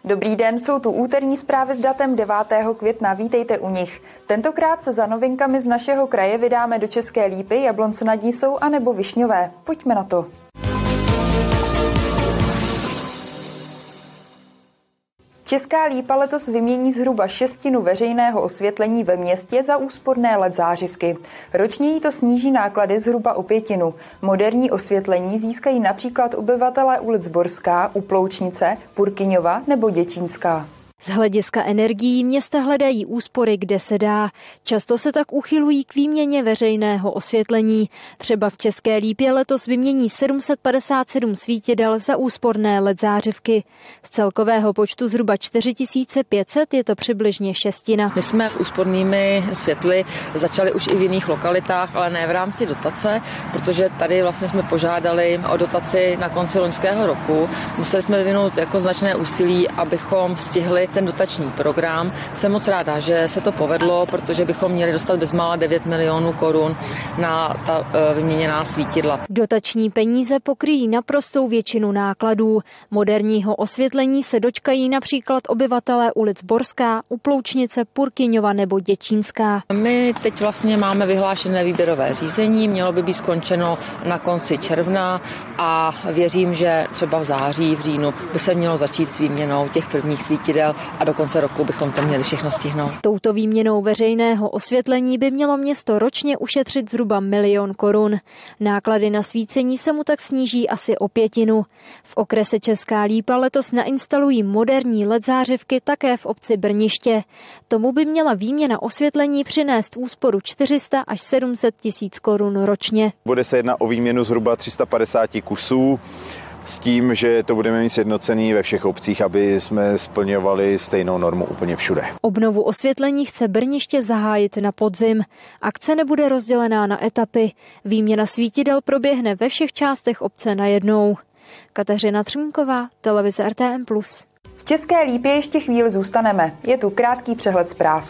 Dobrý den, jsou tu úterní zprávy s datem 9. května, vítejte u nich. Tentokrát se za novinkami z našeho kraje vydáme do České Lípy, Jablonce nad Nisou a nebo Višňové. Pojďme na to. Česká Lípa letos vymění zhruba 1/6 veřejného osvětlení ve městě za úsporné LED zářivky. Ročně jí to sníží náklady zhruba o 1/5. Moderní osvětlení získají například obyvatelé ulic Borská, Uploučnice, Purkyňova nebo Děčínská. Z hlediska energií města hledají úspory, kde se dá. Často se tak uchylují k výměně veřejného osvětlení. Třeba v České Lípě letos vymění 757 svítidel za úsporné LED zářivky. Z celkového počtu zhruba 4500 je to přibližně 1/6. My jsme s úspornými světly začali už i v jiných lokalitách, ale ne v rámci dotace, protože tady vlastně jsme požádali o dotaci na konci loňského roku. Museli jsme vyvinout jako značné úsilí, abychom stihli ten dotační program. Jsem moc ráda, že se to povedlo, protože bychom měli dostat bezmála 9 milionů korun na ta vyměněná svítidla. Dotační peníze pokryjí naprostou většinu nákladů. Moderního osvětlení se dočkají například obyvatelé ulic Borská, Uploučnice, Purkyňova nebo Děčínská. My teď vlastně máme vyhlášené výběrové řízení, mělo by být skončeno na konci června a věřím, že třeba v září, v říjnu by se mělo začít s výměnou těch prvních svítidel a do konce roku bychom to měli všechno stihnout. Touto výměnou veřejného osvětlení by mělo město ročně ušetřit zhruba 1 milion korun. Náklady na svícení se mu tak sníží asi o 1/5. V okrese Česká Lípa letos nainstalují moderní LED zářivky také v obci Brniště. Tomu by měla výměna osvětlení přinést úsporu 400 až 700 tisíc korun ročně. Bude se jednat o výměnu zhruba 350 kusů. S tím, že to budeme mít sjednocený ve všech obcích, aby jsme splňovali stejnou normu úplně všude. Obnovu osvětlení chce Brniště zahájit na podzim. Akce nebude rozdělená na etapy. Výměna svítidel proběhne ve všech částech obce najednou. Kateřina Třmínková, televize RTM+. V České Lípě ještě chvíli zůstaneme. Je tu krátký přehled zpráv.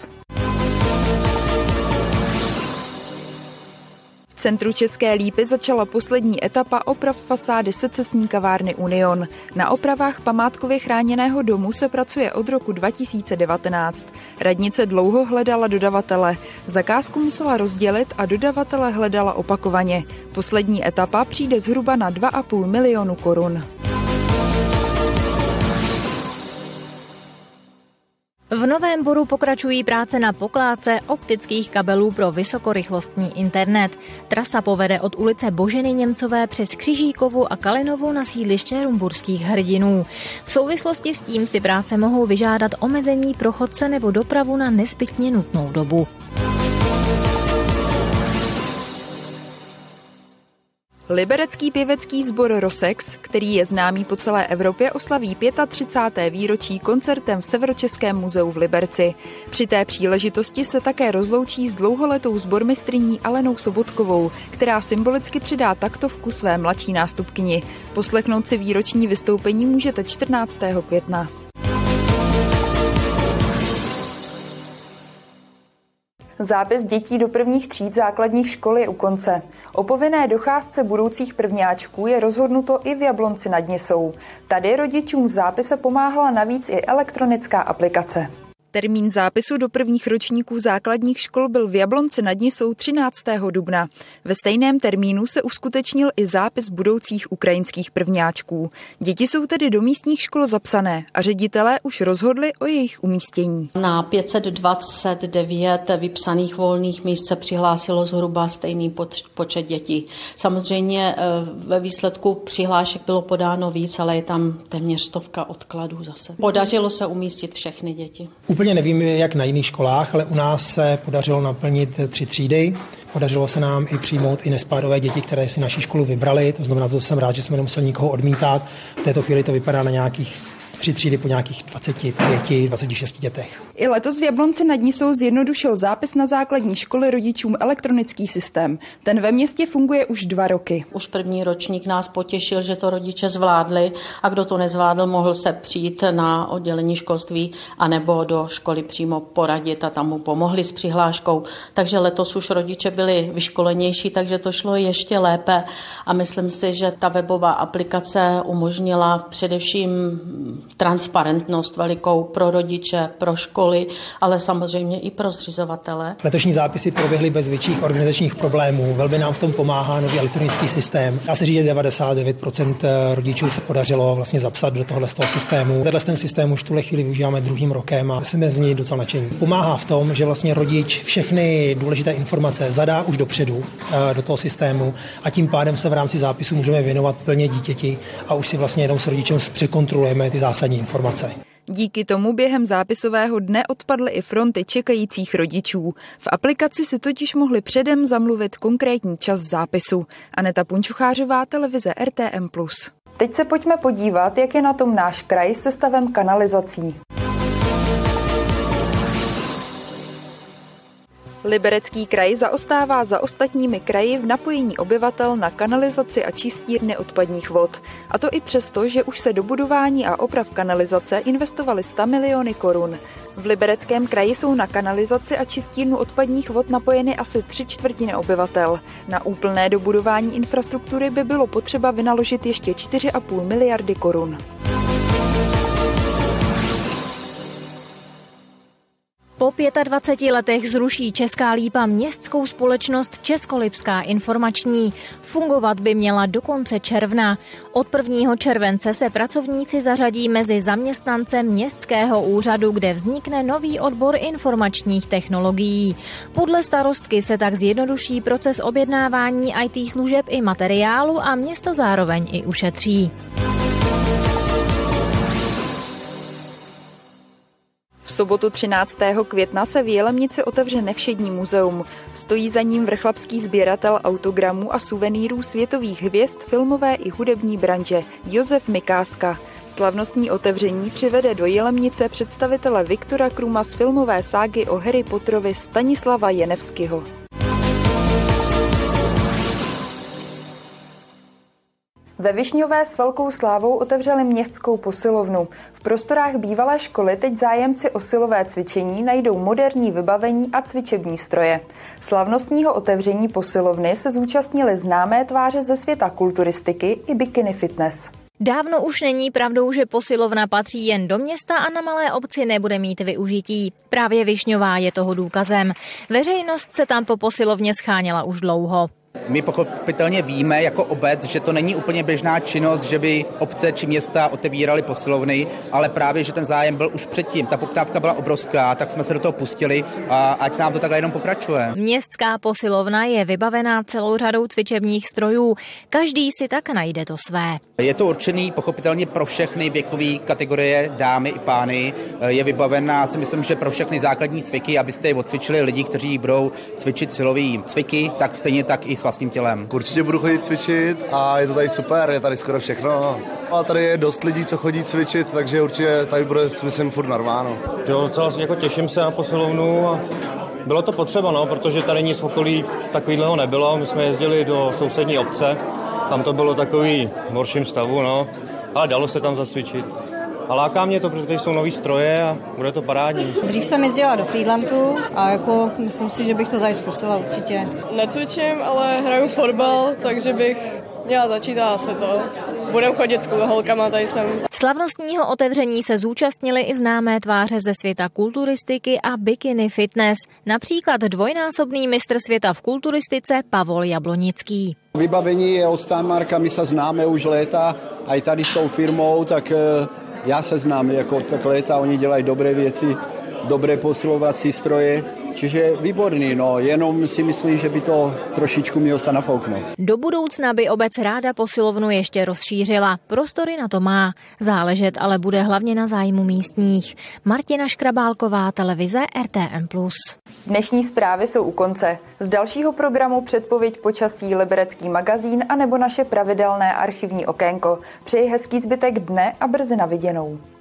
V centru České Lípy začala poslední etapa oprav fasády secesní kavárny Union. Na opravách památkově chráněného domu se pracuje od roku 2019. Radnice dlouho hledala dodavatele. Zakázku musela rozdělit a dodavatele hledala opakovaně. Poslední etapa přijde zhruba na 2,5 milionu korun. V Novém Boru pokračují práce na pokládce optických kabelů pro vysokorychlostní internet. Trasa povede od ulice Boženy Němcové přes Křižíkovu a Kalinovu na sídliště rumburských hrdinů. V souvislosti s tím si práce mohou vyžádat omezení pro chodce nebo dopravu na nezbytně nutnou dobu. Liberecký pěvecký sbor Rosex, který je známý po celé Evropě, oslaví 35. výročí koncertem v Severočeském muzeu v Liberci. Při té příležitosti se také rozloučí s dlouholetou sbormistryní Alenou Sobotkovou, která symbolicky přidá taktovku své mladší nástupkyni. Poslechnout si výroční vystoupení můžete 14. května. Zápis dětí do prvních tříd základních škol je u konce. O povinné docházce budoucích prvňáčků je rozhodnuto i v Jablonci nad Nisou. Tady rodičům v zápise pomáhala navíc i elektronická aplikace. Termín zápisu do prvních ročníků základních škol byl v Jablonci nad Nisou 13. dubna. Ve stejném termínu se uskutečnil i zápis budoucích ukrajinských prvňáčků. Děti jsou tedy do místních škol zapsané a ředitelé už rozhodli o jejich umístění. Na 529 vypsaných volných míst se přihlásilo zhruba stejný počet dětí. Samozřejmě ve výsledku přihlášek bylo podáno víc, ale je tam téměř 100 odkladů zase. Podařilo se umístit všechny děti. Úplně nevím, jak na jiných školách, ale u nás se podařilo naplnit 3 třídy. Podařilo se nám i přijmout i nespádové děti, které si naši školu vybrali. To znamená, že jsem rád, že jsme nemuseli nikoho odmítat. V této chvíli to vypadá na nějakých 3 třídy po nějakých 25-26 dětech. I letos v Jablonci nad Nisou zjednodušil zápis na základní školy rodičům elektronický systém. Ten ve městě funguje už 2 roky. Už první ročník nás potěšil, že to rodiče zvládli a kdo to nezvládl, mohl se přijít na oddělení školství anebo do školy přímo poradit a tam mu pomohli s přihláškou. Takže letos už rodiče byli vyškolenější, takže to šlo ještě lépe a myslím si, že ta webová aplikace umožnila především transparentnost velikou pro rodiče, pro školy, ale samozřejmě i pro zřizovatele. Letošní zápisy proběhly bez větších organizačních problémů. Velmi nám v tom pomáhá nový elektronický systém. Dá se říct, 99% rodičů se podařilo vlastně zapsat do tohohle z toho systému. Tenhle ten systém už v tuhle chvíli využíváme druhým rokem a jsme z něj docela nadšení. Pomáhá v tom, že vlastně rodič všechny důležité informace zadá už dopředu do toho systému a tím pádem se v rámci zápisu můžeme věnovat plně dítěti a už si vlastně jenom s rodičem překontrolujeme ty zásadní informace. Díky tomu během zápisového dne odpadly i fronty čekajících rodičů. V aplikaci si totiž mohli předem zamluvit konkrétní čas zápisu. Aneta Punčuchářová, televize RTM+. Teď se pojďme podívat, jak je na tom náš kraj se stavem kanalizací. Liberecký kraj zaostává za ostatními kraji v napojení obyvatel na kanalizaci a čistírny odpadních vod. A to i přesto, že už se do budování a oprav kanalizace investovaly 100 miliony korun. V Libereckém kraji jsou na kanalizaci a čistírnu odpadních vod napojeny asi 3/4 obyvatel. Na úplné dobudování infrastruktury by bylo potřeba vynaložit ještě 4,5 miliardy korun. Po 25 letech zruší Česká Lípa městskou společnost Českolipská informační. Fungovat by měla do konce června. Od 1. července se pracovníci zařadí mezi zaměstnance městského úřadu, kde vznikne nový odbor informačních technologií. Podle starostky se tak zjednoduší proces objednávání IT služeb i materiálu a město zároveň i ušetří. V sobotu 13. května se v Jelemnici otevře Nevšední muzeum. Stojí za ním vrchlabský sběratel autogramů a suvenýrů světových hvězd filmové i hudební branže Josef Mikáska. Slavnostní otevření přivede do Jelemnice představitele Viktora Kruma z filmové ságy o Harry Potterovi Stanislava Jenevskyho. Ve Višňové s velkou slávou otevřeli městskou posilovnu. V prostorách bývalé školy teď zájemci o silové cvičení najdou moderní vybavení a cvičební stroje. Slavnostního otevření posilovny se zúčastnili známé tváře ze světa kulturistiky i bikini fitness. Dávno už není pravdou, že posilovna patří jen do města a na malé obci nebude mít využití. Právě Višňová je toho důkazem. Veřejnost se tam po posilovně scháněla už dlouho. My pochopitelně víme jako obec, že to není úplně běžná činnost, že by obce či města otevíraly posilovny, ale právě, že ten zájem byl už předtím. Ta poptávka byla obrovská, tak jsme se do toho pustili a ať nám to takhle jenom pokračuje. Městská posilovna je vybavená celou řadou cvičebních strojů. Každý si tak najde to své. Je to určený pochopitelně pro všechny věkové kategorie, dámy i pány. Je vybavená, si myslím, že pro všechny základní cviky, abyste odcvičili lidi, kteří budou cvičit silový cviky, tak stejně tak i s vlastním tělem. Určitě budu chodit cvičit a je to tady super, je tady skoro všechno. A tady je dost lidí, co chodí cvičit, takže určitě tady bude, myslím, furt narváno. Jo, docela jako těším se na posilovnu a bylo to potřeba, protože tady nic v okolí takového nebylo. My jsme jezdili do sousední obce, tam to bylo takový v horším stavu, ale dalo se tam zacvičit. A láká mě to, protože tady jsou nový stroje a bude to parádní. Dřív jsem jezdila do Friedlandu a myslím si, že bych to tady zkusila určitě. Necvičím, ale hraju fotbal, takže bych měla začít a se to. Budem chodit s holkama, tady jsem. Slavnostního otevření se zúčastnili i známé tváře ze světa kulturistiky a bikini fitness. Například dvojnásobný mistr světa v kulturistice Pavol Jablonický. Vybavení je od Stanmarka, my se známe už léta, a i tady s tou firmou, tak já se znám jako tak léta, oni dělají dobré věci, dobré posilovací stroje, čiže výborný, jenom si myslím, že by to trošičku mělo se nafouknout. Do budoucna by obec ráda posilovnu ještě rozšířila. Prostory na to má. Záležet ale bude hlavně na zájmu místních. Martina Škrabálková, televize RTM+. Dnešní zprávy jsou u konce. Z dalšího programu předpověď počasí, Liberecký magazín a nebo naše pravidelné archivní okénko. Přeji hezký zbytek dne a brzy na viděnou.